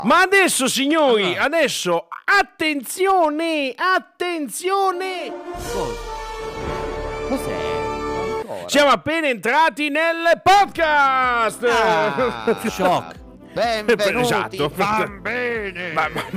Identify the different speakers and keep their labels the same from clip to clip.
Speaker 1: Ma adesso, signori, adesso, attenzione, attenzione!
Speaker 2: Cos'è?
Speaker 1: Siamo appena entrati nel podcast!
Speaker 2: Shock. Benvenuti,
Speaker 1: Esatto.
Speaker 2: bambini.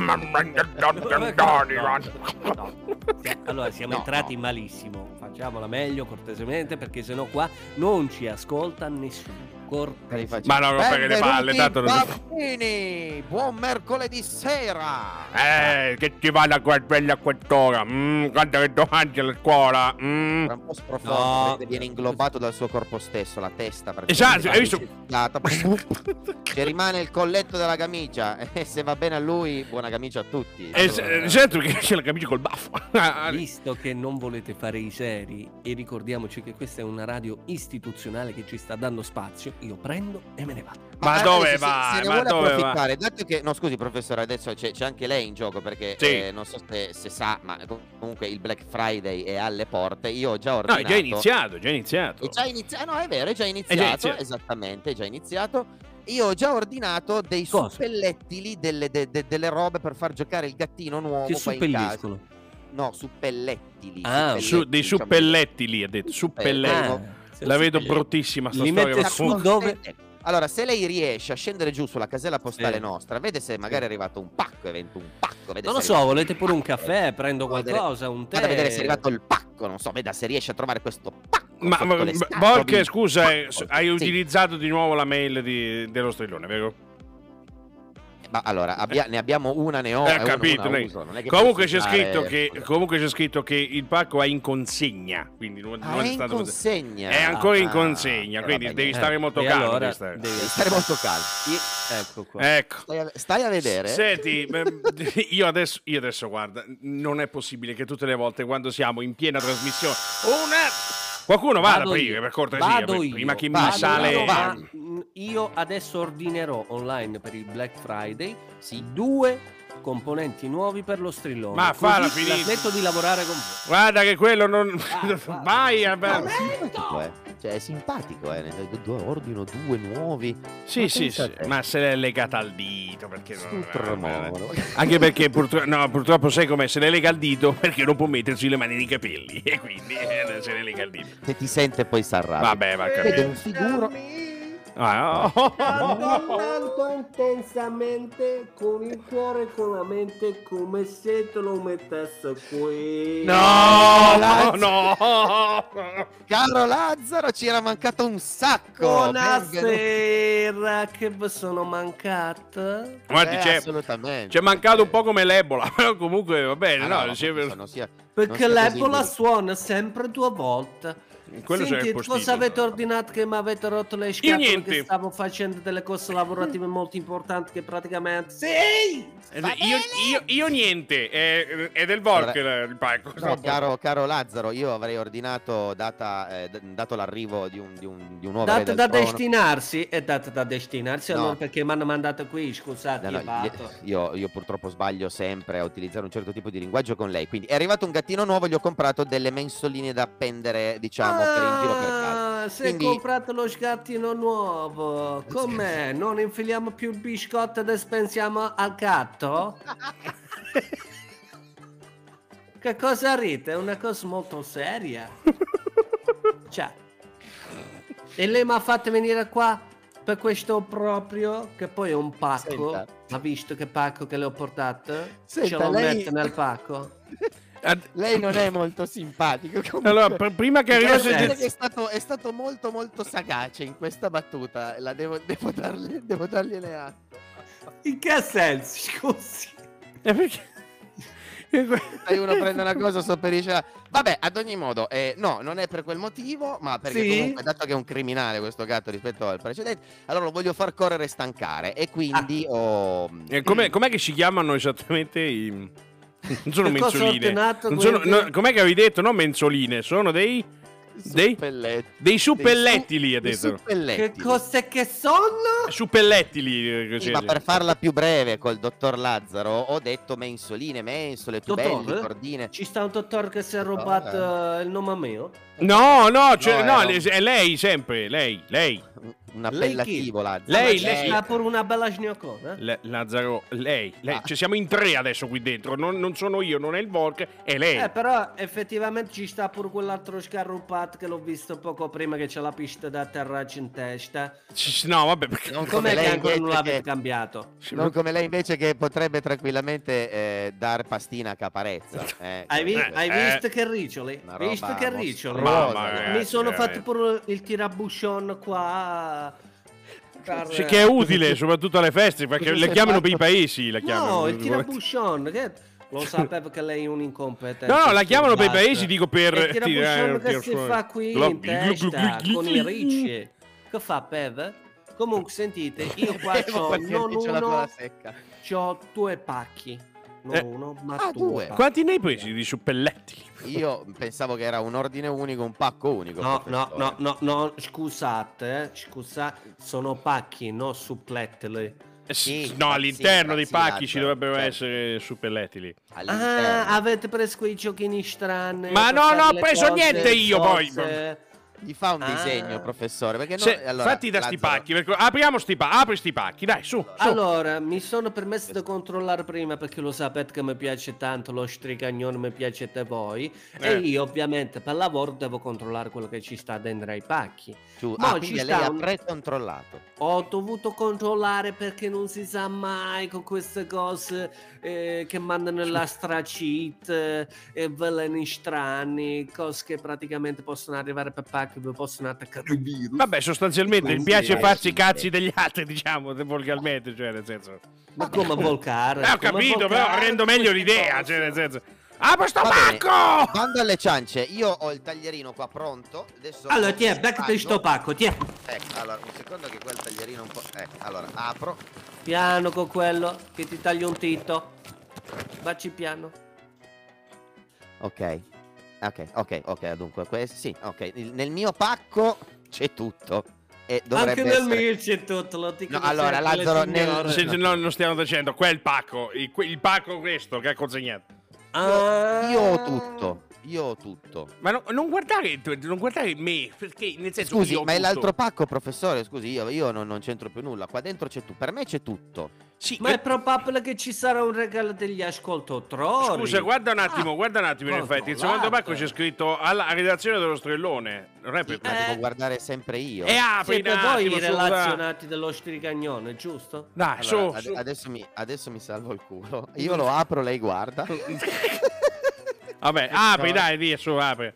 Speaker 3: Allora, siamo entrati malissimo. Facciamola meglio, cortesemente, perché sennò qua non ci ascolta nessuno.
Speaker 1: Ma no, non fare le palle, tanto non...
Speaker 2: Bambini, buon mercoledì sera.
Speaker 1: Che ti va da bella a quest'ora? Guarda che domani alla scuola.
Speaker 2: Tra un po' sprofonda, viene inglobato dal suo corpo stesso, la testa.
Speaker 1: Esatto, hai visto?
Speaker 2: Ci rimane il colletto della camicia e se va bene a lui, buona camicia a tutti.
Speaker 1: Certo che c'è la camicia col baffo.
Speaker 3: Visto che non volete fare i seri, e ricordiamoci che questa è una radio istituzionale che ci sta dando spazio, io prendo e me ne vado.
Speaker 1: Ma dove vai?
Speaker 2: Se ne
Speaker 1: Ma
Speaker 2: vuole
Speaker 1: dove
Speaker 2: approfittare, dato che... No, scusi professore, adesso c'è anche lei in gioco, perché
Speaker 1: sì.
Speaker 2: non so se sa, ma comunque il Black Friday è alle porte. Io ho già ordinato.
Speaker 1: No, è già iniziato,
Speaker 2: È già iniziato, no, è vero, è già iniziato. Esattamente, è già iniziato. Io ho già ordinato dei suppellettili, delle robe per far giocare il gattino nuovo.
Speaker 3: Che suppelliscono?
Speaker 2: No, suppellettili.
Speaker 1: Dei suppellettili, ha detto, suppelletti. La vedo bruttissima sta storia.
Speaker 3: Mette su dove...
Speaker 2: Allora, se lei riesce a scendere giù sulla casella postale nostra, vede se magari è arrivato un pacco, evento un pacco. Vede
Speaker 3: non lo so, volete pure un caffè, prendo qualcosa, un tè.
Speaker 2: Vado a vedere se è arrivato il pacco, non so, veda se riesce a trovare questo pacco.
Speaker 1: Ma Volke, scusa, hai utilizzato di nuovo la mail dello strillone, vero?
Speaker 2: Ma allora, ne abbiamo una, ne ho.
Speaker 1: Capito,
Speaker 2: una
Speaker 1: lei.
Speaker 2: uso. Non è che
Speaker 1: Comunque c'è scritto che il pacco è in consegna, quindi non è
Speaker 2: in
Speaker 1: stato
Speaker 2: consegna.
Speaker 1: è ancora in consegna, quindi devi stare molto calmo.
Speaker 3: Allora,
Speaker 1: devi
Speaker 2: stare molto calmo.
Speaker 3: Ecco qua.
Speaker 1: Ecco.
Speaker 2: Stai a vedere.
Speaker 1: Senti, io adesso guarda, non è possibile che tutte le volte quando siamo in piena trasmissione qualcuno vada prima, per cortesia, prima che mi sale.
Speaker 3: Io adesso ordinerò online per il Black Friday 2 componenti nuovi per lo strillone.
Speaker 1: Ma falla finita.
Speaker 3: Smetto di lavorare con voi.
Speaker 1: Guarda che quello non... Vai,
Speaker 2: Cioè, è simpatico, ordino 2 nuovi.
Speaker 1: Sì, ma se l'è legata al dito, perché anche perché purtroppo sai com'è, se l'è lega al dito perché non può mettersi le mani nei capelli e quindi se l'è lega al dito.
Speaker 2: Se ti sente poi s'arrabbia.
Speaker 1: Vabbè, va a capire.
Speaker 2: Vede un figuro.
Speaker 3: Tanto intensamente con il cuore e con la mente, come se te lo mettesse qui.
Speaker 1: No.
Speaker 2: Caro Lazzaro, ci era mancato un sacco.
Speaker 3: Buonasera, che vi sono mancata?
Speaker 1: Guardi,
Speaker 2: assolutamente.
Speaker 1: C'è mancato un po' come l'Ebola, però comunque va bene,
Speaker 3: perché l'Ebola suona sempre 2 volte.
Speaker 1: Senti,
Speaker 3: cosa avete ordinato che mi avete rotto le scatole? Che stavo facendo delle cose lavorative molto importanti che praticamente... Sì!
Speaker 1: Io niente, è del Volk il pacco.
Speaker 2: No, caro Lazzaro, io avrei ordinato dato l'arrivo di un nuovo
Speaker 3: data da destinarsi allora perché mi hanno mandato qui, scusate.
Speaker 2: Io purtroppo sbaglio sempre a utilizzare un certo tipo di linguaggio con lei, quindi è arrivato un gattino nuovo, gli ho comprato delle mensoline da appendere, diciamo, per in giro per casa.
Speaker 3: Se hai comprato lo sgattino nuovo, com'è? Non infiliamo più il biscotto ed spensiamo al gatto? Che cosa rite? È una cosa molto seria. Cioè, e lei mi ha fatto venire qua per questo proprio, che poi è un pacco.
Speaker 2: Senta.
Speaker 3: Ha visto che pacco che le ho portato?
Speaker 2: Senta,
Speaker 3: ce lo mette nel pacco.
Speaker 2: Lei non è molto simpatico. Comunque.
Speaker 1: Allora, prima che arrivasse
Speaker 2: è stato molto molto sagace in questa battuta. Devo dargliene atto.
Speaker 3: In che senso, scusi?
Speaker 1: Perché?
Speaker 2: Uno prende una cosa, sopperisce. Vabbè, ad ogni modo, no, non è per quel motivo, ma perché comunque, dato che è un criminale questo gatto rispetto al precedente, allora lo voglio far correre e stancare. E quindi
Speaker 1: com'è che si chiamano esattamente i... Non sono mensoline. Com'è che avevi detto? Non mensoline, sono dei suppellettili, ha detto.
Speaker 3: Che cos'è che sono?
Speaker 1: Suppellettili.
Speaker 2: Sì, ma per farla più breve col dottor Lazzaro ho detto mensoline, mensole, tubelli, cordine.
Speaker 3: Ci sta un dottore che si è rubato il nome mio?
Speaker 1: No, è lei sempre, lei.
Speaker 2: un appellativo, Lazzaro.
Speaker 1: Lei
Speaker 3: ha pure una bella sgnoccola.
Speaker 1: Lazzaro, lei. Cioè, siamo in 3 adesso qui dentro. Non sono io, non è il Volk, è lei.
Speaker 3: Però effettivamente ci sta pure quell'altro scarrupato che l'ho visto poco prima che c'ha la pista d'atterraggio in testa.
Speaker 1: No, vabbè, perché...
Speaker 2: Non
Speaker 3: Com'è
Speaker 2: come
Speaker 3: che
Speaker 2: lei
Speaker 3: ancora non
Speaker 2: invece
Speaker 3: l'avete
Speaker 2: che-
Speaker 3: cambiato?
Speaker 2: Non come lei invece che potrebbe tranquillamente dar pastina a Caparezza.
Speaker 3: Hai visto che riccioli?
Speaker 2: Una roba
Speaker 3: Visto che riccioli?
Speaker 1: Mamma,
Speaker 3: Mi
Speaker 1: ragazzi,
Speaker 3: sono
Speaker 1: veramente.
Speaker 3: fatto pure il tirabuscion qua.
Speaker 1: Sì, che è utile soprattutto alle feste perché
Speaker 2: Cosa
Speaker 1: le
Speaker 2: sei
Speaker 1: chiamano
Speaker 2: fatto?
Speaker 1: per i paesi. La chiamano.
Speaker 3: No, il tirabuscion. Che... Lo sapevo che lei è un incompetente.
Speaker 1: No, la chiamano per i
Speaker 3: scusate.
Speaker 1: paesi, dico per
Speaker 3: Il tirabuscion che
Speaker 1: tirare
Speaker 3: si fa qui in testa con i ricci. Che fa, Pev? Comunque, sentite, io qua c'ho non uno, c'ho 2 pacchi. Non uno, ma 2.
Speaker 2: 2.
Speaker 1: Quanti ne hai presi di suppelletti?
Speaker 2: Io pensavo che era un ordine unico, un pacco unico.
Speaker 3: No, scusate, sono pacchi, non supplettili.
Speaker 1: No, all'interno dei pacchi ci
Speaker 2: Lazzaro,
Speaker 1: dovrebbero
Speaker 2: certo.
Speaker 1: essere suppelletti.
Speaker 3: Avete preso quei giochini strani?
Speaker 1: Ma
Speaker 3: per
Speaker 1: no,
Speaker 3: fare
Speaker 1: non ho
Speaker 3: le
Speaker 1: preso
Speaker 3: cose
Speaker 1: niente io, poi.
Speaker 3: zozze?
Speaker 2: Gli fa un disegno, professore, perché allora,
Speaker 1: fatti da sti
Speaker 2: Lazzaro,
Speaker 1: pacchi, apriamo apri sti pacchi, dai, su.
Speaker 3: Allora, mi sono permesso di controllare prima perché lo sapete che mi piace tanto, lo strigagnone mi piace da voi e io ovviamente per lavoro devo controllare quello che ci sta dentro ai pacchi.
Speaker 2: quindi lei ha precontrollato.
Speaker 3: Ho dovuto controllare perché non si sa mai con queste cose che mandano la stracit e veleni strani, cose che praticamente possono arrivare per pacchi dove possono attaccare il virus.
Speaker 1: Vabbè, sostanzialmente mi piace farsi i cazzi degli altri, diciamo, volgarmente, cioè nel senso.
Speaker 3: Ma come volcare?
Speaker 1: Ho capito, però rendo meglio l'idea, cioè nel senso. Apro sto
Speaker 2: Va bene,
Speaker 1: pacco!
Speaker 2: Bando alle ciance, io ho il taglierino qua pronto. Adesso
Speaker 3: Allora, tiè, beccati sto pacco, tiè.
Speaker 2: Ecco, allora, un secondo che quel taglierino un po'. Ecco, allora, apro.
Speaker 3: Piano con quello, che ti taglio un dito. Baci piano.
Speaker 2: Ok. Dunque, sì, ok. Nel mio pacco c'è tutto. E dovrebbe
Speaker 3: Anche nel
Speaker 2: essere...
Speaker 3: mio c'è tutto, lo dico.
Speaker 2: No, allora, Lazzaro,
Speaker 1: No, non stiamo dicendo quel pacco, il pacco questo che ha consegnato.
Speaker 2: Io ho tutto.
Speaker 1: Ma non guardare me, perché nel senso
Speaker 2: Scusi,
Speaker 1: io ho
Speaker 2: ma è
Speaker 1: tutto.
Speaker 2: l'altro pacco, professore? Scusi, io non c'entro più nulla. Qua dentro c'è tutto. Per me c'è tutto.
Speaker 1: Sì,
Speaker 3: Ma è probabile che ci sarà un regalo degli ascoltatori.
Speaker 1: scusa, guarda un attimo, in effetti. Il secondo pacco c'è scritto alla redazione dello Strellone. Non è per
Speaker 2: Ma devo guardare sempre io.
Speaker 1: E apri
Speaker 3: Siete
Speaker 1: un
Speaker 3: voi
Speaker 1: attimo,
Speaker 3: i
Speaker 1: su,
Speaker 3: relazionati dello strigagnone, giusto?
Speaker 1: dai,
Speaker 2: Allora,
Speaker 1: su.
Speaker 2: adesso mi salvo il culo. Io lo apro, lei guarda.
Speaker 1: Vabbè, apri, dai, via, su, apri.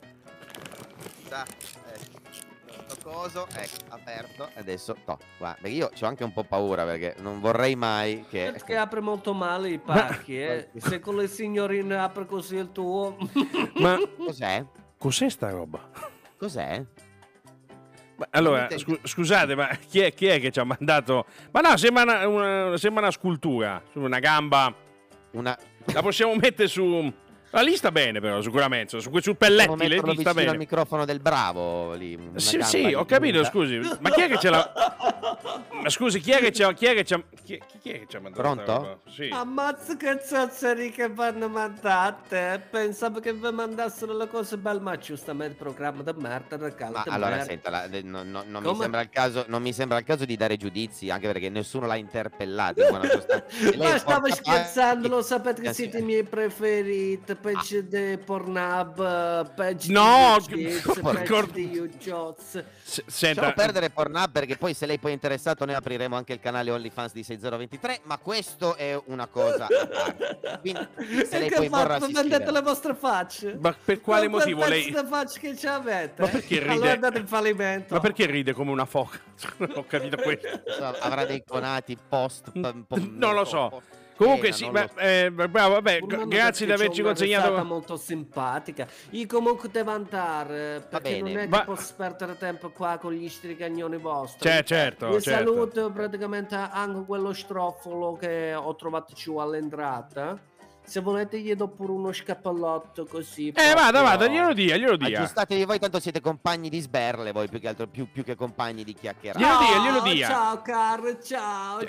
Speaker 2: Sto coso, ecco, aperto. Adesso, guarda, perché io ho anche un po' paura perché non vorrei mai che...
Speaker 3: Perché apre molto male i pacchi, Se con le signorine apre così il tuo...
Speaker 1: Ma
Speaker 2: Cos'è
Speaker 1: sta roba?
Speaker 2: Cos'è?
Speaker 1: Ma allora, scusate, ma chi è che ci ha mandato? Ma no, sembra una scultura, una gamba. La possiamo mettere su... La lista bene però, sicuramente, su quei suppelletti le lista bene.
Speaker 2: Il microfono del bravo lì.
Speaker 1: Sì, ho capito, scusi. Ma chi è che ce l'ha? Ma scusi, chi è che ci ha mandato?
Speaker 2: Pronto?
Speaker 1: Sì.
Speaker 3: Ammazza che zozzeri che vanno mandate. Pensavo che vi mandassero le cose belle, ma giustamente il programma da merda,
Speaker 2: Ma allora, senta, non mi sembra il caso di dare giudizi, anche perché nessuno l'ha interpellato.
Speaker 3: Ma stavo scherzando, lo sapete che siete i miei preferiti. Peggio di Pornhub, peggio di YouJots.
Speaker 2: Lasciamo perdere Pornhub perché poi se lei poi è interessato noi apriremo anche il canale OnlyFans di 6023, ma questo è una cosa a parte. Quindi se lei poi vorrà
Speaker 3: vendete le vostre facce.
Speaker 1: Ma per quale motivo lei?
Speaker 3: Le facce che ci avete.
Speaker 1: Ma perché ride?
Speaker 3: Allora andate in fallimento.
Speaker 1: Ma perché ride come una foca? Non ho capito questo.
Speaker 2: Avrà dei conati post
Speaker 1: non lo so. Comunque sì, bravo, vabbè, grazie di averci consegnato.
Speaker 3: È stata molto simpatica. Io comunque devo andare perché non è che posso perdere tempo qua con gli strigagnoni vostri.
Speaker 1: Certo.
Speaker 3: Vi saluto praticamente anche quello stroffolo che ho trovato giù all'entrata. Se volete gli do pure uno scappellotto così.
Speaker 1: Vada, glielo dia.
Speaker 2: Aggiustatevi voi, tanto siete compagni di sberle voi, più che altro, più che compagni di chiacchierate.
Speaker 1: Glielo dia.
Speaker 3: Ciao caro, ciao.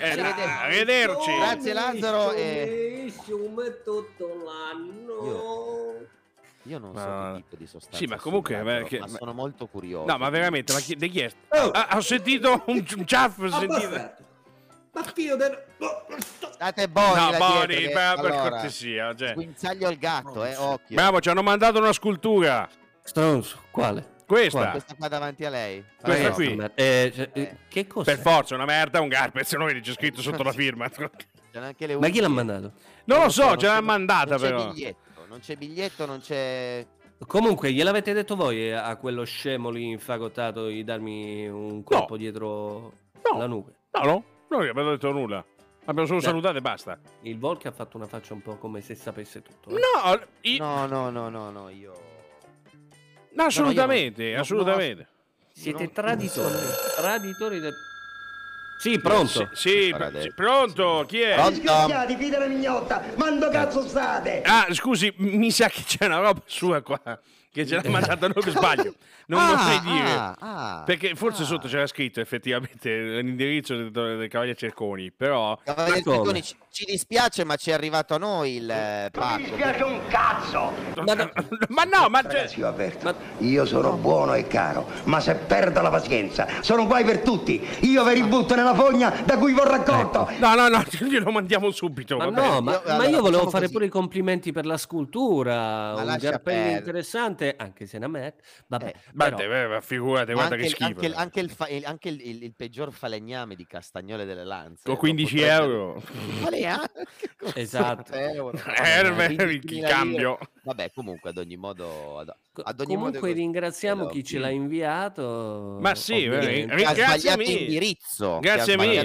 Speaker 2: Arrivederci. Grazie Lazzaro.
Speaker 3: Tutto l'anno.
Speaker 2: Io non so che tipo di sostanza.
Speaker 1: Sì, ma comunque
Speaker 2: ma sono molto curioso.
Speaker 1: No, ma veramente, di chi è? Ho sentito un ciaff,
Speaker 3: Ma figlio del...
Speaker 2: State buoni,
Speaker 1: no, Boni, per cortesia, cioè.
Speaker 2: Sguinzaglio il gatto, occhio.
Speaker 1: Bravo, ci hanno mandato una scultura.
Speaker 3: Stronzo, quale?
Speaker 1: Questa
Speaker 2: qua davanti a lei.
Speaker 1: Questa qui.
Speaker 3: Che cos'è?
Speaker 1: Per forza, una merda, un Garpez, non vedi, c'è scritto sotto la firma.
Speaker 3: Ma chi l'ha mandato?
Speaker 1: Non lo so, ce l'ha mandata però.
Speaker 2: Non c'è biglietto, non c'è...
Speaker 3: Comunque, gliel'avete detto voi a quello scemo lì infagottato di darmi un colpo dietro la nuca?
Speaker 1: No, non gli abbiamo detto nulla. Abbiamo solo salutato e basta.
Speaker 3: Il Volk ha fatto una faccia un po' come se sapesse tutto.
Speaker 2: No, io...
Speaker 1: No, assolutamente, assolutamente.
Speaker 3: Siete traditori del... Sì, pronto.
Speaker 1: Sì, pronto, chi è?
Speaker 4: Disgraziati, figli della mignotta, mando cazzo state?
Speaker 1: Ah, scusi, mi sa che c'è una roba sua qua, che ce l'ha mandata noi per sbaglio. Non vorrei dire, perché forse sotto c'era scritto effettivamente l'indirizzo del Cavaliere Cerconi, però...
Speaker 2: Cavaliere Cerconi, ci dispiace, ma ci è arrivato a noi il pacco.
Speaker 4: Mi dispiace un cazzo!
Speaker 1: Ma no, ma...
Speaker 4: Ragazzi, io sono buono e caro, ma se perdo la pazienza, sono guai per tutti. Io ve li butto nella fogna da cui vi ho raccolto.
Speaker 1: No, glielo mandiamo subito.
Speaker 3: Ma no, ma io volevo fare pure i complimenti per la scultura, un Garpelli interessante, anche se è una merda. Vabbè.
Speaker 1: Figurate, guarda che schifo.
Speaker 2: Anche il peggior falegname di Castagnole delle Lanze.
Speaker 1: Con 15 euro.
Speaker 3: Esatto.
Speaker 1: Il cambio.
Speaker 2: Vabbè, comunque ad ogni modo...
Speaker 3: Comunque ringraziamo chi ce l'ha inviato.
Speaker 1: Ma sì,
Speaker 2: grazie mille. Indirizzo.
Speaker 1: Grazie mille.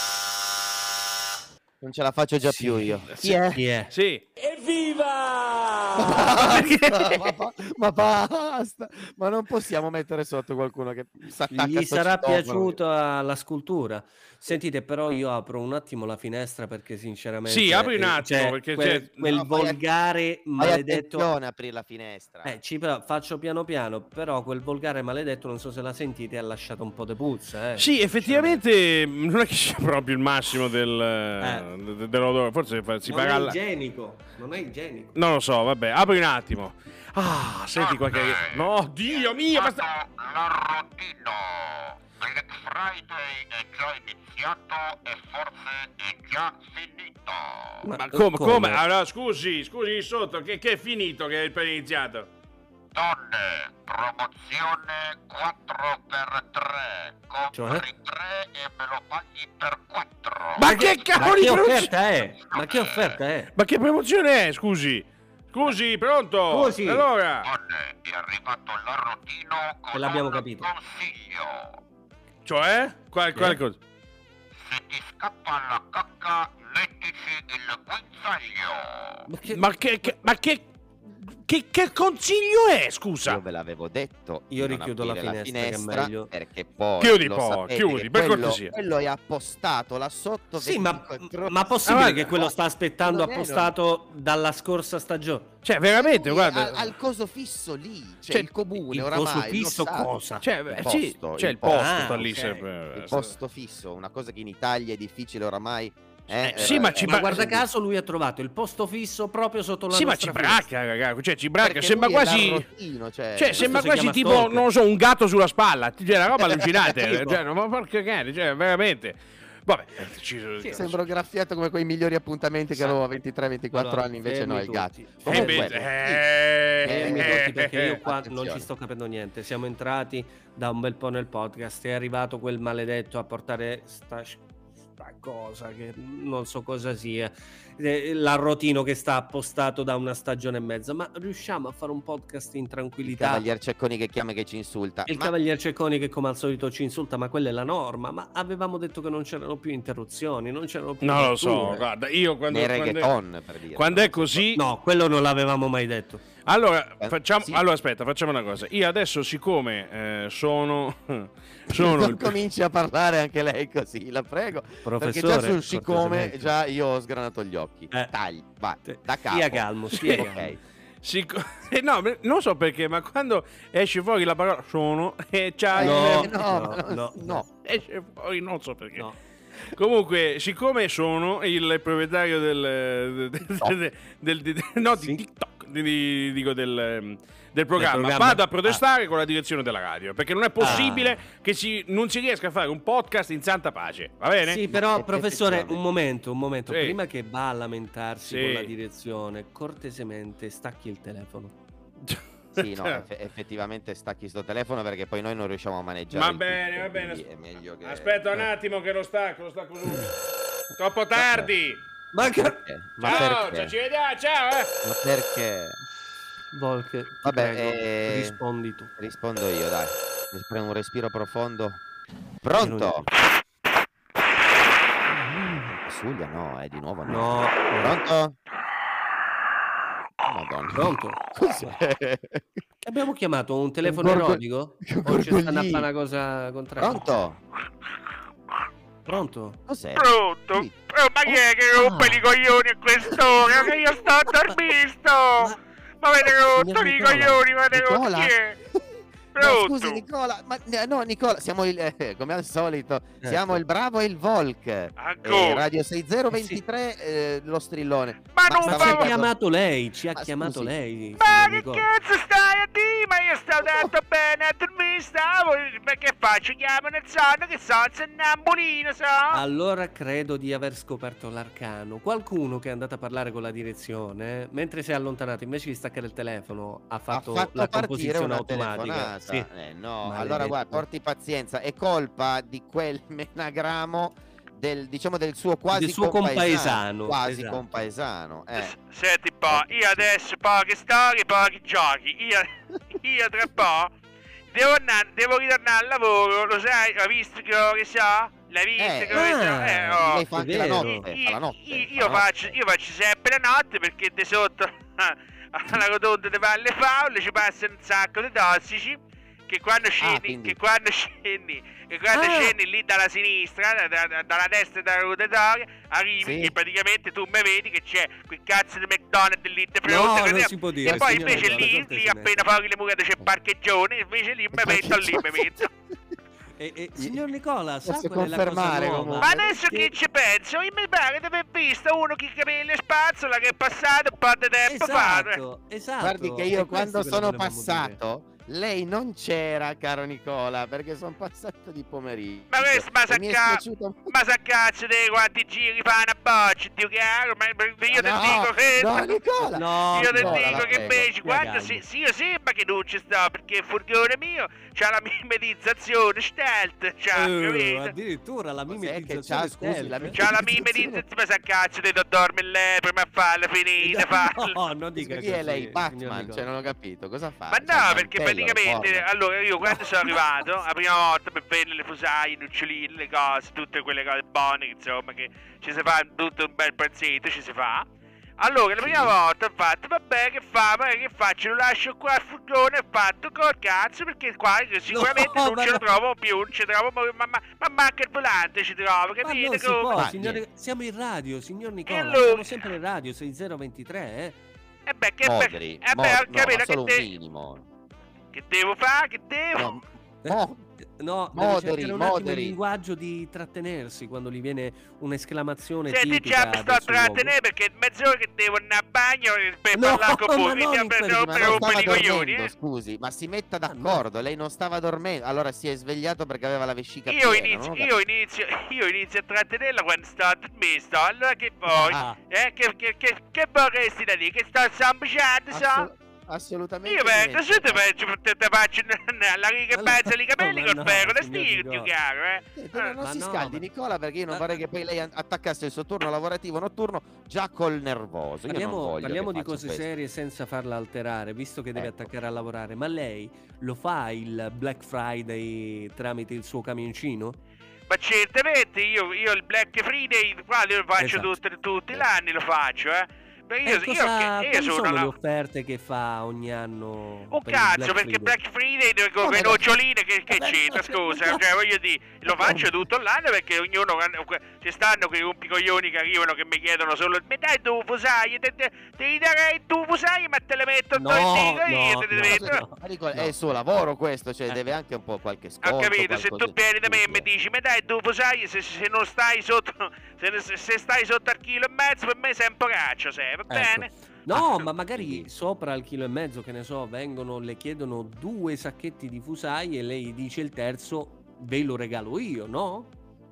Speaker 2: Non ce la faccio già più io.
Speaker 3: Chi è?
Speaker 1: Sì.
Speaker 3: Evviva!
Speaker 2: Ma basta! Ma non possiamo mettere sotto qualcuno che
Speaker 3: gli sarà piaciuto la scultura. Sentite, però io apro un attimo la finestra perché sinceramente...
Speaker 1: Sì, apri un attimo, perché
Speaker 3: quel volgare maledetto...
Speaker 2: Attenzione a aprire la finestra.
Speaker 3: Faccio piano piano, però quel volgare maledetto, non so se la sentite, ha lasciato un po' di puzza.
Speaker 1: Sì, effettivamente non è che sia proprio il massimo dell'odore, forse si paga...
Speaker 3: Non è igienico.
Speaker 1: Non lo so, vabbè, apri un attimo. Ah, senti qualche... No, Dio mio, basta...
Speaker 5: L'arrotino. Black Friday è già iniziato e forse è già finito.
Speaker 1: Ma come? Allora, scusi, sotto, che è finito, che è iniziato?
Speaker 5: Donne, promozione 4x3. Compri 3 e me lo paghi per 4.
Speaker 1: Ma che cavolo di
Speaker 3: offerta è? Ma che offerta è?
Speaker 1: Ma che promozione è, scusi? Scusi, pronto?
Speaker 3: Scusi.
Speaker 1: Allora.
Speaker 5: Donne, è arrivato l'arrotino con
Speaker 3: l'abbiamo
Speaker 5: un
Speaker 3: capito.
Speaker 5: consiglio.
Speaker 1: Cioè? Quale cosa?
Speaker 5: Se ti scappa la cacca, mettici il guinzaglio.
Speaker 1: Ma che consiglio è, scusa?
Speaker 2: Io ve l'avevo detto.
Speaker 3: Io richiudo la finestra che è meglio.
Speaker 2: Perché poi
Speaker 1: chiudi, per cortesia.
Speaker 2: Quello è appostato là sotto.
Speaker 3: Sì, ma possibile che quello sta aspettando appostato dalla scorsa stagione?
Speaker 1: Cioè, veramente, guarda.
Speaker 2: Al coso fisso lì, cioè il comune, oramai.
Speaker 3: Il coso fisso cosa?
Speaker 1: Cioè, il posto sta lì sempre.
Speaker 2: Il posto fisso, una cosa che in Italia è difficile oramai.
Speaker 1: Sì, ma
Speaker 3: guarda caso lui ha trovato il posto fisso proprio sotto la nostra
Speaker 1: ci bracca, ragazzi, cioè ci bracca,
Speaker 2: perché
Speaker 1: sembra quasi sembra quasi tipo, non lo so, un gatto sulla spalla, cioè una roba allucinante, cioè, ma porca cane, cioè veramente. Vabbè,
Speaker 2: sembro graffiato come quei migliori appuntamenti che avevo a 23-24 anni, invece no, il gatto.
Speaker 3: Perché io qua non ci sto capendo niente. Siamo entrati da un bel po' nel podcast, è arrivato quel maledetto a portare sta cosa che non so cosa sia, l'arrotino che sta appostato da una stagione e mezza, ma riusciamo a fare un podcast in tranquillità?
Speaker 2: Il Cavalier Cecconi che chiama e che ci insulta.
Speaker 3: Cavalier Cecconi che come al solito ci insulta, ma quella è la norma. Ma avevamo detto che non c'erano più interruzioni, non c'erano più
Speaker 1: lo so, guarda, io quando è così,
Speaker 3: no, quello non l'avevamo mai detto.
Speaker 1: Allora, allora aspetta, facciamo una cosa. Io adesso, siccome sono
Speaker 2: non cominci a parlare anche lei così, la prego. Professore, perché già sul siccome già io ho sgranato gli occhi. Tagli, vai, da capo.
Speaker 3: Stia calmo,
Speaker 2: ok.
Speaker 1: No, non so perché, ma quando esce fuori la parola sono
Speaker 2: no,
Speaker 1: esce fuori, non so perché. No. Comunque, siccome sono il proprietario di TikTok, dico del programma. Vado a protestare con la direzione della radio, perché non è possibile che non si riesca a fare un podcast in santa pace, va bene?
Speaker 3: Sì, però professore, un momento,
Speaker 1: Sì.
Speaker 3: prima che va a lamentarsi
Speaker 1: Sì.
Speaker 3: con la direzione, cortesemente stacchi il telefono.
Speaker 2: Sì, no, effettivamente stacchi sto telefono perché poi noi non riusciamo a maneggiare.
Speaker 1: Va
Speaker 2: il
Speaker 1: bene,
Speaker 2: tutto,
Speaker 1: va bene.
Speaker 2: quindi è meglio che...
Speaker 1: Aspetta un attimo che lo stacco subito. Troppo tardi.
Speaker 3: Ma che...
Speaker 2: Ma
Speaker 1: Ciao,
Speaker 2: perché?
Speaker 1: ci vediamo, ciao.
Speaker 2: Ma perché?
Speaker 3: Volk, ti
Speaker 2: Vabbè,
Speaker 3: prego, rispondi tu.
Speaker 2: Rispondo io, dai. Mi prendo un respiro profondo. Pronto? Suglia no, di nuovo no.
Speaker 3: No.
Speaker 2: Pronto? Madonna.
Speaker 3: Pronto?
Speaker 2: Cos'è?
Speaker 3: Abbiamo chiamato un telefono erotico? O ci stanno a fare una cosa contraria?
Speaker 2: Pronto?
Speaker 3: Pronto?
Speaker 2: Cos'è?
Speaker 5: Pronto?
Speaker 2: Sì.
Speaker 5: Ma chi è che rompe i coglioni a quest'ora? Che io sto dormito! Ma avete rotto i coglioni, ma avete rotto chi è?
Speaker 2: No,
Speaker 5: Pronto?
Speaker 2: scusi Nicola, ma no Nicola, siamo come al solito, siamo il Bravo e il Volk.
Speaker 5: Ancora?
Speaker 2: Radio 6023 lo strillone.
Speaker 5: Ma non
Speaker 3: Ma
Speaker 2: stavo
Speaker 3: ci ha
Speaker 5: va-
Speaker 3: chiamato lei, ci ha
Speaker 2: Ma
Speaker 3: chiamato
Speaker 2: scusi.
Speaker 3: lei.
Speaker 5: Ma
Speaker 3: signor
Speaker 5: che
Speaker 3: Nicola.
Speaker 5: cazzo stai a dire? Ma io stavo tanto bene a dormire, stavo. Ma che faccio? Chiamo nel sonno che so, se innambolino, so.
Speaker 3: Allora credo di aver scoperto l'arcano. Qualcuno che è andato a parlare con la direzione, mentre si è allontanato, invece di staccare il telefono, ha fatto la
Speaker 2: partire
Speaker 3: composizione
Speaker 2: una
Speaker 3: automatica.
Speaker 2: telefonata.
Speaker 3: Sì.
Speaker 2: No,
Speaker 3: Maledetto.
Speaker 2: allora guarda, porti pazienza, è colpa di quel menagramo del suo quasi
Speaker 3: Del suo compaesano.
Speaker 2: quasi
Speaker 3: Esatto.
Speaker 2: compaesano.
Speaker 5: Senti un po', io adesso poche storie, pochi giochi. Io tra un po' devo ritornare al lavoro, lo sai? Hai visto che ore so? L'hai visto che ore so?
Speaker 2: Lei fa anche la
Speaker 3: vero.
Speaker 2: notte, fa la notte.
Speaker 5: Io faccio sempre la notte perché di sotto alla rotonda di Valle Faule ci passano un sacco di tossici che quando scendi, scendi lì dalla sinistra, dalla destra della rotatoria, arrivi e praticamente tu mi vedi che c'è quel cazzo di McDonald's lì di fronte.
Speaker 3: non si può dire,
Speaker 5: e poi
Speaker 3: signore,
Speaker 5: invece
Speaker 3: guarda,
Speaker 5: lì
Speaker 3: cortesemente.
Speaker 5: appena fuori le mura c'è il parcheggione, invece lì mi metto.
Speaker 3: Signor Nicola, sa
Speaker 2: Posso
Speaker 3: qual è la cosa
Speaker 2: confermare,
Speaker 3: nuova?
Speaker 2: comunque.
Speaker 5: Ma adesso che ci penso? Io mi pare di aver visto uno con i capelli e spazzola che è passato un po' di tempo fa.
Speaker 3: Esatto.
Speaker 2: Guardi che
Speaker 3: è
Speaker 2: io
Speaker 3: questo
Speaker 2: quando
Speaker 3: che
Speaker 2: sono
Speaker 3: volevamo dire.
Speaker 2: passato, lei non c'era, caro Nicola, perché sono passato di pomeriggio.
Speaker 5: Ma questo
Speaker 2: E mi è spiaciuto-
Speaker 5: ma sa cazzo di quanti giri fa una boccia, Dio chiaro, ma io ti dico che...
Speaker 2: No, Nicola!
Speaker 3: No,
Speaker 5: Io ti
Speaker 2: Nicola,
Speaker 5: dico
Speaker 2: la
Speaker 5: che
Speaker 2: prego,
Speaker 5: invece quando
Speaker 3: spiegami.
Speaker 5: io sembra che non ci sto perché il furgone mio c'ha la mimetizzazione stealth, capito?
Speaker 3: Addirittura la
Speaker 2: Cos'è che
Speaker 3: mimetizzazione
Speaker 2: c'ha, scusi,
Speaker 3: stealth.
Speaker 2: la
Speaker 5: C'ha la mimetizzazione, ma sa cazzo di dormire lei prima a farla finita, farla.
Speaker 3: No, non dica
Speaker 2: Chi è lei?
Speaker 3: così,
Speaker 2: Batman?
Speaker 3: signor Nicola.
Speaker 2: Cioè, non ho capito, cosa fa?
Speaker 5: Ma
Speaker 2: C'ha
Speaker 5: no,
Speaker 2: il
Speaker 5: perché
Speaker 2: mantello,
Speaker 5: praticamente,
Speaker 2: forma.
Speaker 5: allora io quando sono arrivato, la prima volta per prendere le fusaie, i noccioline, le cose, tutte quelle cose buone, insomma, che ci si fa tutto un bel pezzetto, ci si fa. Allora, la prima volta ho fatto, vabbè, che fa? Ma che faccio? Lo lascio qua al furgone, ho fatto col cazzo, perché qua sicuramente
Speaker 3: No,
Speaker 5: non
Speaker 3: ma
Speaker 5: ce lo
Speaker 3: no.
Speaker 5: trovo più, non ci trovo, ma manca il volante ci trovo,
Speaker 3: Ma
Speaker 5: capite?
Speaker 3: non si
Speaker 5: come?
Speaker 3: può,
Speaker 2: Ma
Speaker 3: signore, siamo in radio, signor Nicola,
Speaker 5: allora?
Speaker 3: siamo sempre in radio, 6023, eh.
Speaker 5: E beh, che
Speaker 2: Moderi,
Speaker 5: beh,
Speaker 2: no,
Speaker 5: capito
Speaker 2: ma solo un
Speaker 5: che,
Speaker 2: minimo.
Speaker 5: che devo fare? Che devo?
Speaker 2: No, mo-
Speaker 3: No,
Speaker 2: Moderi,
Speaker 3: deve cercare un attimo il
Speaker 2: moderi.
Speaker 3: linguaggio di trattenersi quando gli viene un'esclamazione
Speaker 5: Senti,
Speaker 3: tipica
Speaker 5: già mi sto
Speaker 3: del
Speaker 5: a
Speaker 3: suo luogo.
Speaker 5: trattenere perché è mezz'ora che devo andare a bagno per
Speaker 3: No,
Speaker 5: parlare con
Speaker 3: ma
Speaker 5: voi,
Speaker 3: non
Speaker 5: quindi
Speaker 3: in quel-
Speaker 5: per
Speaker 2: ma non
Speaker 5: rompere
Speaker 2: stava
Speaker 5: i coglioni,
Speaker 2: dormendo, scusi, ma si metta
Speaker 3: no.
Speaker 2: d'accordo, lei non stava dormendo, allora si è svegliato perché aveva la vescica
Speaker 5: Io
Speaker 2: piena,
Speaker 5: inizio,
Speaker 2: non ho
Speaker 5: io, inizio, io inizio a trattenerla quando sto a dormire, sto. Allora che vuoi?
Speaker 3: Ah.
Speaker 5: Che vorresti da dire? Che sto sambiciando, so?
Speaker 2: assolutamente
Speaker 5: Io
Speaker 2: niente.
Speaker 5: così te faccio la riga e mezza di capelli
Speaker 3: Ma
Speaker 5: col
Speaker 3: no,
Speaker 5: ferro da
Speaker 3: signor
Speaker 5: stiro, più
Speaker 3: Nicola.
Speaker 5: chiaro,
Speaker 2: Però non
Speaker 3: Ma
Speaker 2: si
Speaker 3: no,
Speaker 2: scaldi
Speaker 3: ma-
Speaker 2: Nicola, perché io non vorrei che poi lei attaccasse il suo turno lavorativo notturno già col nervoso. Io non voglio
Speaker 3: Parliamo
Speaker 2: che
Speaker 3: di
Speaker 2: faccia
Speaker 3: cose
Speaker 2: questo.
Speaker 3: serie senza farla alterare, visto che deve
Speaker 2: Ecco.
Speaker 3: attaccare a lavorare. Ma lei lo fa il Black Friday tramite il suo camioncino?
Speaker 5: Ma certamente io il Black Friday qua lo faccio
Speaker 3: Esatto.
Speaker 5: tutti gli anni, lo faccio, Perché io
Speaker 3: Quali
Speaker 5: sono
Speaker 3: sono le
Speaker 5: una...
Speaker 3: offerte che fa ogni anno?
Speaker 5: Un
Speaker 3: per il
Speaker 5: cazzo,
Speaker 3: Black
Speaker 5: perché
Speaker 3: Friday?
Speaker 5: Black Friday con le
Speaker 2: Come no?
Speaker 5: noccioline che c'entra, scusa, cioè voglio dire, lo faccio tutto l'anno perché ognuno, ci stanno quei rompicoglioni che arrivano che mi chiedono solo, mi dai tu fusaglie, te darei tu fusaglie, ma te le metto
Speaker 2: È il suo lavoro questo, cioè deve anche un po' qualche sconto.
Speaker 5: Ho capito, se tu vieni da me e mi dici, mi dai tu fusaglie, se non stai sotto, se stai sotto al chilo e mezzo, per me sei un poraccio, va bene?
Speaker 3: No, ma magari sopra al chilo e mezzo, che ne so, le chiedono 2 sacchetti di fusai e lei dice il terzo ve lo regalo io, no?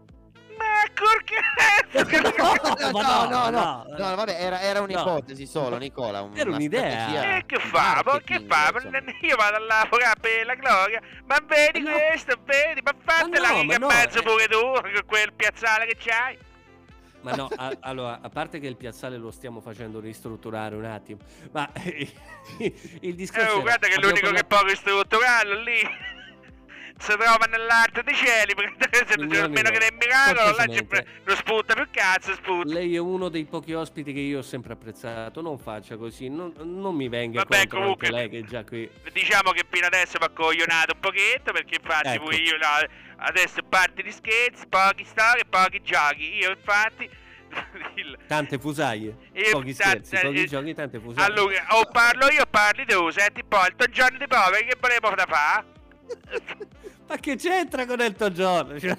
Speaker 5: Ma
Speaker 2: no, vabbè, era un'ipotesi solo, Nicola.
Speaker 3: Era un'idea.
Speaker 5: Che fa? Io vado là per la gloria, ma vedi questo, vedi, ma fatela che mezzo pure tu, con quel piazzale che c'hai.
Speaker 3: Ma no, allora, a parte che il piazzale lo stiamo facendo ristrutturare un attimo, ma il discorso
Speaker 5: guarda che l'unico che può ristrutturarlo lì si trova nell'arte dei cieli, perché almeno che nel miracolo là non spunta più cazzo, spunta.
Speaker 3: Lei è uno dei pochi ospiti che io ho sempre apprezzato, non faccia così, non mi venga contro
Speaker 5: comunque,
Speaker 3: anche lei che è già qui.
Speaker 5: Diciamo che fino adesso mi ha coglionato un pochetto, perché infatti pure io adesso parti di scherzi, pochi storie, pochi giochi, io infatti
Speaker 3: tante fusaie, pochi scherzi, pochi giochi, tante fusaie.
Speaker 5: Allora, o parlo io o parli tu, senti poi il tuo giorno di poveri che volevo da fare?
Speaker 3: Ma che c'entra con Elton John? Cioè...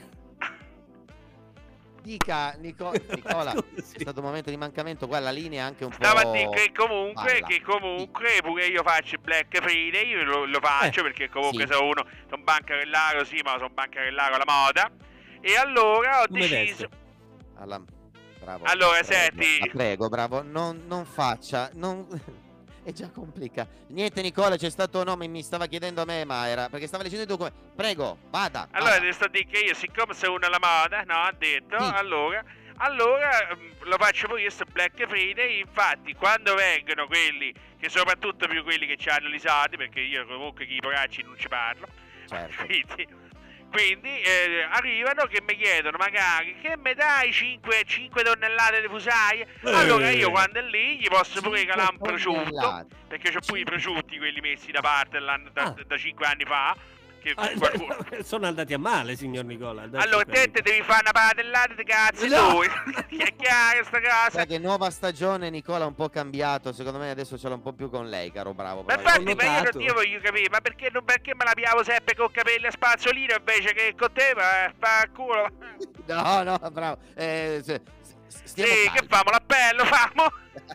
Speaker 2: Dica Nicola, è stato un momento di mancamento, qua la linea è anche un po'.
Speaker 5: Stavo a dire che comunque pure io faccio Black Friday, io lo faccio perché comunque sono bancarellaro, sì, ma sono bancarellaro alla moda. E allora ho deciso.
Speaker 2: Bravo.
Speaker 5: Allora, senti.
Speaker 2: Prego, bravo, non faccia. È già complicato. Niente, Nicola, c'è stato nome, mi stava chiedendo a me, ma era perché stava leggendo i documenti. Prego, vada.
Speaker 5: Allora, ti sto a dire che io, siccome sono uno alla moda, no, ha detto, sì. allora lo faccio pure io sto Black Friday. Infatti, quando vengono quelli, che soprattutto più quelli che hanno i soldi, perché io comunque che i poracci non ci parlo.
Speaker 2: Certo.
Speaker 5: Quindi arrivano che mi chiedono magari che mi dai 5 tonnellate di fusaie. Allora io quando è lì gli posso pure regalare un prosciutto, perché ho pure i prosciutti quelli messi da parte da 5 anni fa.
Speaker 3: Sono andati a male, signor Nicola.
Speaker 5: Allora te devi fare una padellata di cazzo tu. È chiaro sta cosa.
Speaker 2: Sai che nuova stagione, Nicola, un po' cambiato. Secondo me adesso ce l'ho un po' più con lei, caro bravo.
Speaker 5: Ma infatti, io voglio capire, ma perché me la piavo sempre con capelli a spazzolino invece che con te, fa il culo.
Speaker 2: No, bravo. Stiamo calmi.
Speaker 5: Che famo l'appello, famo.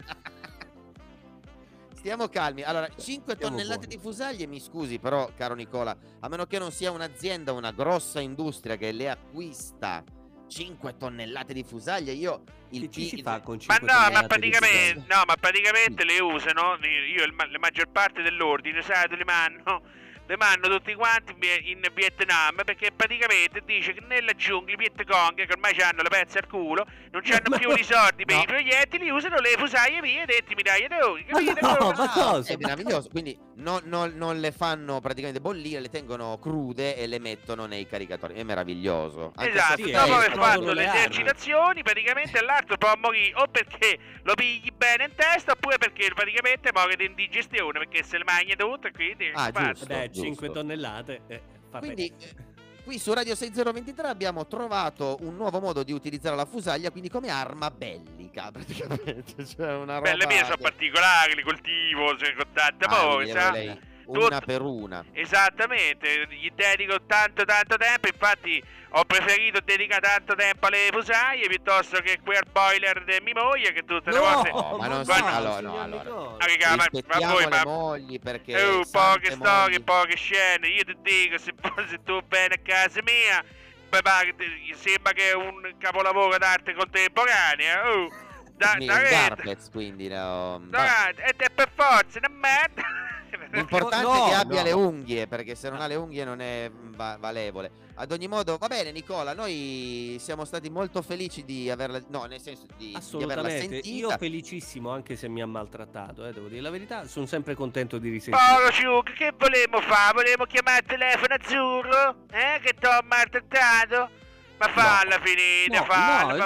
Speaker 2: Stiamo calmi. Allora, 5 tonnellate di fusaglie, mi scusi, però, caro Nicola, a meno che non sia un'azienda, una grossa industria che le acquista 5 tonnellate di fusaglie, io
Speaker 3: ci si fa con 5 tonnellate
Speaker 5: ma praticamente le usano, io la maggior parte dell'ordine, sai, le mando tutti quanti in Vietnam, perché praticamente dice che nella giungla i Viet Cong, che ormai hanno le pezze al culo, non hanno più i soldi per i proiettili, usano le fusaie mie detti migliaia di euro, capite?
Speaker 2: È meraviglioso, quindi non le fanno praticamente bollire, le tengono crude e le mettono nei caricatori, è meraviglioso.
Speaker 5: Esatto, dopo aver fatto le esercitazioni praticamente l'altro può morire o perché lo pigli bene in testa, oppure perché praticamente muore di indigestione, perché se le mangia tutto e quindi
Speaker 2: giusto.
Speaker 3: 5 tonnellate.
Speaker 2: Quindi qui su Radio 6023 abbiamo trovato un nuovo modo di utilizzare la fusaglia, quindi come arma bellica praticamente. Cioè una roba.
Speaker 5: Le mie sono particolari, le coltivo, con tanta amore,
Speaker 2: una per una.
Speaker 5: Esattamente, gli dedico tanto tempo, infatti ho preferito dedicare tanto tempo alle fusaie piuttosto che quel boiler di mia moglie che tutte le volte.
Speaker 2: Ma non so, allora. Rispettiamo le mogli perché
Speaker 5: poche storie, poche scene. Io ti dico, se tu vieni a casa mia, sembra che è un capolavoro d'arte contemporanea.
Speaker 2: Garpez, quindi
Speaker 5: è per forza una merda.
Speaker 2: L'importante è che abbia le unghie, perché se non ha le unghie non è valevole. Ad ogni modo, va bene, Nicola, noi siamo stati molto felici di averla, nel senso di averla sentita.
Speaker 3: Io felicissimo, anche se mi ha maltrattato, devo dire la verità, sono sempre contento di risentire.
Speaker 5: Povero Ciuc, che volevamo fare? Volevamo chiamare il telefono azzurro? Che ti ho maltrattato? Ma falla finita, falla,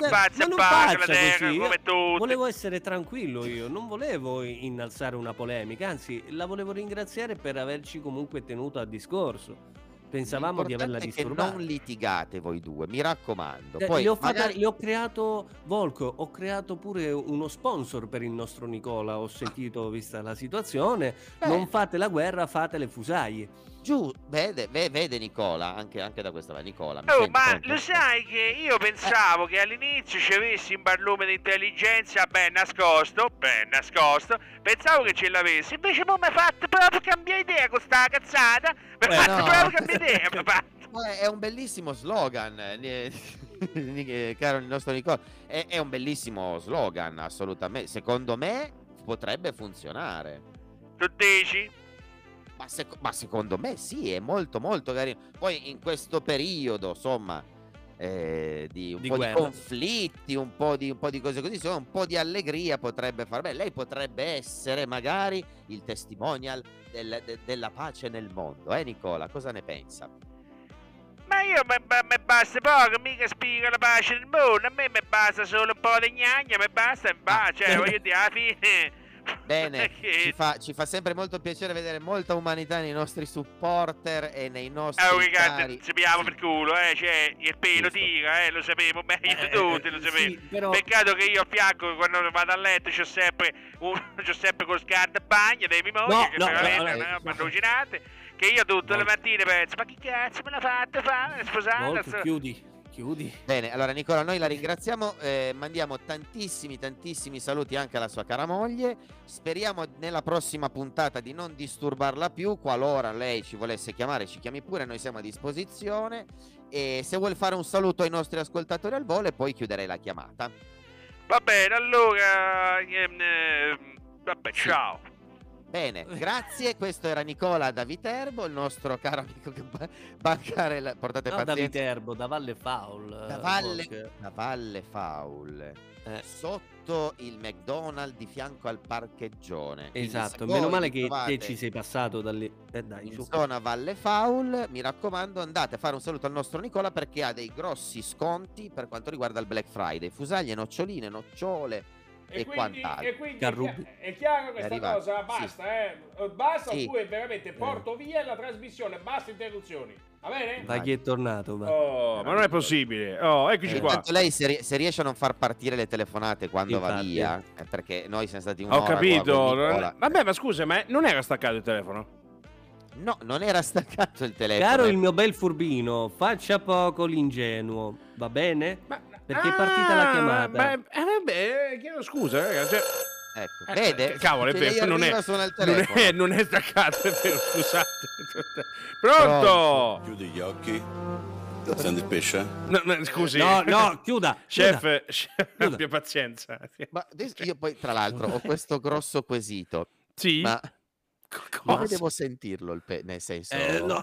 Speaker 5: come tutti.
Speaker 3: Volevo essere tranquillo io, non volevo innalzare una polemica, anzi la volevo ringraziare per averci comunque tenuto a discorso. Pensavamo di averla disturbata.
Speaker 2: Non litigate voi due, mi raccomando. Poi
Speaker 3: le ho creato, Volco, ho creato pure uno sponsor per il nostro Nicola. Ho sentito, vista la situazione, non fate la guerra, fate le fusaie.
Speaker 2: Giù, vede Nicola, anche da questa parte, Nicola.
Speaker 5: Ma lo sai che io pensavo che all'inizio ci avessi un barlume di intelligenza ben nascosto, pensavo che ce l'avessi, invece mo mi hai fatto proprio cambiare idea con sta cazzata, mi hai fatto proprio cambiare idea,
Speaker 2: È un bellissimo slogan, caro il nostro Nicola, è un bellissimo slogan, assolutamente, secondo me potrebbe funzionare.
Speaker 5: Tu dici?
Speaker 2: Ma secondo me sì, è molto molto carino. Poi in questo periodo, insomma, di un po' di conflitti, un po' di cose così, insomma, un po' di allegria potrebbe far bene. Lei potrebbe essere magari il testimonial della pace nel mondo, Nicola? Cosa ne pensa?
Speaker 5: Ma io mi basta poco, mica spiego la pace nel mondo, a me mi basta solo un po' di gnagna, mi basta in pace, voglio dire, alla fine...
Speaker 2: Bene, ci fa sempre molto piacere vedere molta umanità nei nostri supporter e nei nostri cari.
Speaker 5: Ci piamo per culo, cioè il pelo tira, lo sapevo meglio di tutti, lo sapevo.
Speaker 3: Sì, però...
Speaker 5: Peccato che io a fianco quando vado a letto c'ho sempre con scarpe a bagno dei mia moglie che veramente mi allucinate, che io tutte le mattine penso, ma che cazzo me l'ha fatta fare, sposata?
Speaker 3: Molto, chiudi.
Speaker 2: Bene, allora Nicola, noi la ringraziamo, mandiamo tantissimi saluti anche alla sua cara moglie. Speriamo nella prossima puntata di non disturbarla più. Qualora lei ci volesse chiamare, ci chiami pure, noi siamo a disposizione. E se vuole fare un saluto ai nostri ascoltatori al volo, e poi chiuderei la chiamata.
Speaker 5: Va bene, allora vabbè, ciao.
Speaker 2: Bene, grazie. Questo era Nicola da Viterbo, il nostro caro amico che bancare portate pazienza.
Speaker 3: Da Viterbo, da Valle Faul.
Speaker 2: Da Valle Faul. Sotto il McDonald's di fianco al parcheggione.
Speaker 3: Esatto, meno male che ci sei passato da lì. Dai,
Speaker 2: in zona Valle Faul, mi raccomando, andate a fare un saluto al nostro Nicola perché ha dei grossi sconti per quanto riguarda il Black Friday. Fusaglie, noccioline, nocciole e quant'altro.
Speaker 5: E quindi è chiaro questa cosa, basta, basta, oppure veramente porto via la trasmissione, basta interruzioni, va bene?
Speaker 3: Ma chi è tornato?
Speaker 1: Ma non è possibile. Eccoci qua.
Speaker 2: Intanto lei se riesce a non far partire le telefonate quando va via, perché noi siamo stati un'ora.
Speaker 1: Ho capito. Vabbè, ma scusa, ma non era staccato il telefono?
Speaker 2: No, non era staccato il telefono.
Speaker 3: Caro il mio bel furbino, faccia poco l'ingenuo, va bene? Perché è partita la chiamata.
Speaker 1: Vabbè, chiedo scusa, ragazzi.
Speaker 2: Ecco, vede?
Speaker 1: Cavolo, è vero, non è staccato, è vero, scusate. Pronto?
Speaker 6: Chiudi gli occhi. Senti il pesce?
Speaker 1: No, scusi.
Speaker 3: No, chiuda.
Speaker 1: Chef, abbia pazienza.
Speaker 2: Ma io poi, tra l'altro, ho questo grosso quesito.
Speaker 1: Sì?
Speaker 2: Ma come devo sentirlo, nel senso...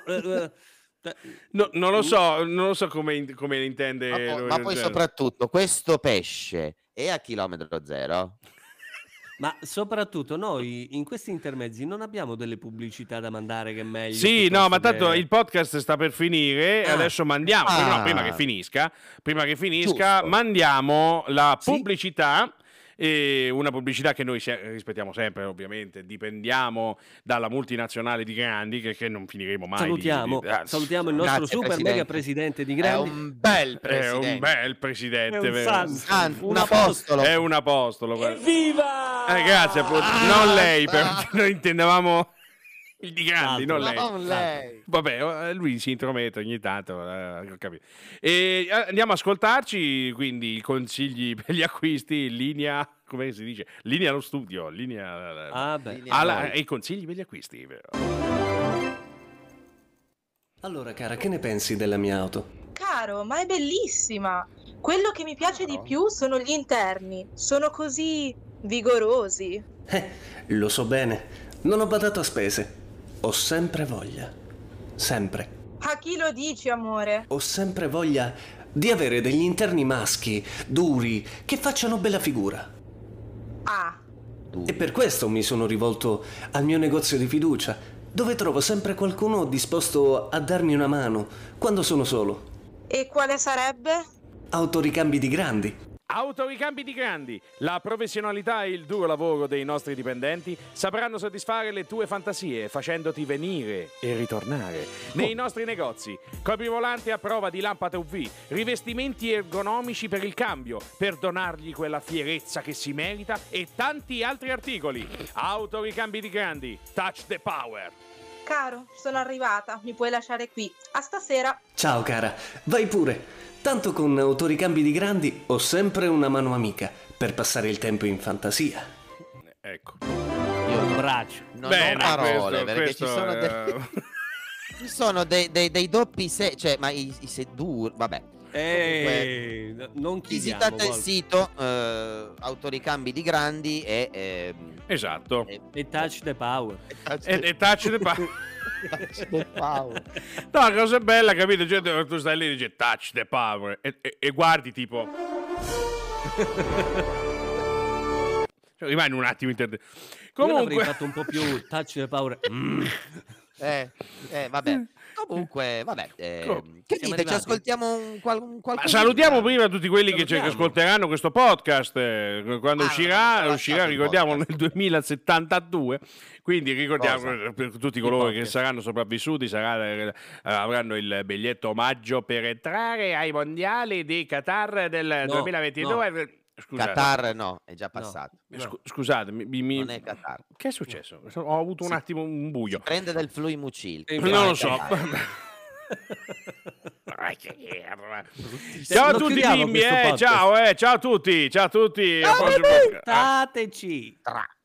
Speaker 1: No, non lo so come intende.
Speaker 2: Ma poi soprattutto questo pesce è a chilometro zero?
Speaker 3: Ma soprattutto noi in questi intermezzi non abbiamo delle pubblicità da mandare che è meglio.
Speaker 1: Sì, no, ma tanto il podcast sta per finire, adesso mandiamo, prima che finisca, giusto, mandiamo la pubblicità. E una pubblicità che noi rispettiamo sempre, ovviamente dipendiamo dalla multinazionale di Grandi che non finiremo mai.
Speaker 3: Salutiamo il nostro super mega presidente di Grandi.
Speaker 2: È un bel
Speaker 1: presidente,
Speaker 2: un apostolo.
Speaker 1: È un apostolo.
Speaker 3: Evviva!
Speaker 1: Grazie, non lei, perché noi intendevamo il di Grandi, non
Speaker 2: lei.
Speaker 1: Vabbè, lui si intromette ogni tanto, ho capito. E andiamo a ascoltarci, quindi i consigli per gli acquisti in linea, come si dice? Linea allo studio, i consigli per gli acquisti.
Speaker 3: Allora, cara, che ne pensi della mia auto?
Speaker 7: Caro, ma è bellissima. Quello che mi piace di più sono gli interni, sono così vigorosi.
Speaker 3: Lo so bene, non ho badato a spese. Ho sempre voglia, sempre.
Speaker 7: A chi lo dici, amore?
Speaker 3: Ho sempre voglia di avere degli interni maschi, duri, che facciano bella figura. E per questo mi sono rivolto al mio negozio di fiducia, dove trovo sempre qualcuno disposto a darmi una mano quando sono solo.
Speaker 7: E quale sarebbe?
Speaker 3: Autoricambi di Grandi.
Speaker 1: Autoricambi di Grandi, la professionalità e il duro lavoro dei nostri dipendenti sapranno soddisfare le tue fantasie facendoti venire e ritornare nei nostri negozi. Coprivolante a prova di lampada UV, rivestimenti ergonomici per il cambio, per donargli quella fierezza che si merita e tanti altri articoli. Autoricambi di Grandi, touch the power.
Speaker 7: Caro, sono arrivata, mi puoi lasciare qui. A stasera.
Speaker 3: Ciao cara, vai pure. Tanto con Autoricambi di Grandi ho sempre una mano amica per passare il tempo in fantasia.
Speaker 1: Ecco.
Speaker 3: Io abbraccio.
Speaker 2: Non
Speaker 1: Bene,
Speaker 2: ho parole,
Speaker 1: questo-
Speaker 2: perché
Speaker 1: questo,
Speaker 2: ci sono dei doppi cioè, ma i sedur, vabbè.
Speaker 3: Non chiediamo.
Speaker 2: Visitate il sito Autoricambi di Grandi e
Speaker 1: Esatto.
Speaker 3: E touch the power.
Speaker 1: E touch the power.
Speaker 2: touch the power.
Speaker 1: No, la cosa bella, capito? Cioè, tu stai lì e dici touch the power e guardi tipo... cioè, rimani un attimo
Speaker 3: Comunque...
Speaker 1: Comunque...
Speaker 3: fatto un po' più touch the power.
Speaker 2: Vabbè. Comunque, vabbè. Che
Speaker 3: Siamo
Speaker 2: dite? Ci
Speaker 3: arrivati?
Speaker 2: ascoltiamo qualcuno?
Speaker 1: Ma salutiamo prima tutti quelli che
Speaker 3: Salutiamo.
Speaker 1: ascolteranno questo podcast quando uscirà,
Speaker 2: lasciate il
Speaker 1: ricordiamo,
Speaker 2: podcast.
Speaker 1: nel 2072. Quindi ricordiamo per tutti coloro che
Speaker 3: podcast.
Speaker 1: saranno sopravvissuti, avranno il biglietto omaggio per entrare ai mondiali di Qatar del 2022. Scusate.
Speaker 2: Qatar no, è già passato.
Speaker 1: Scusate,
Speaker 2: Non è Qatar.
Speaker 1: che è successo? Ho avuto un attimo un buio.
Speaker 2: Prende del Fluimucil.
Speaker 1: Non lo so. Ciao a
Speaker 3: Lo
Speaker 1: tutti
Speaker 3: chiudiamo
Speaker 1: bimbi,
Speaker 3: questo podcast.
Speaker 1: ciao a tutti, ciao a tutti.
Speaker 3: Aiutateci.
Speaker 2: Tra.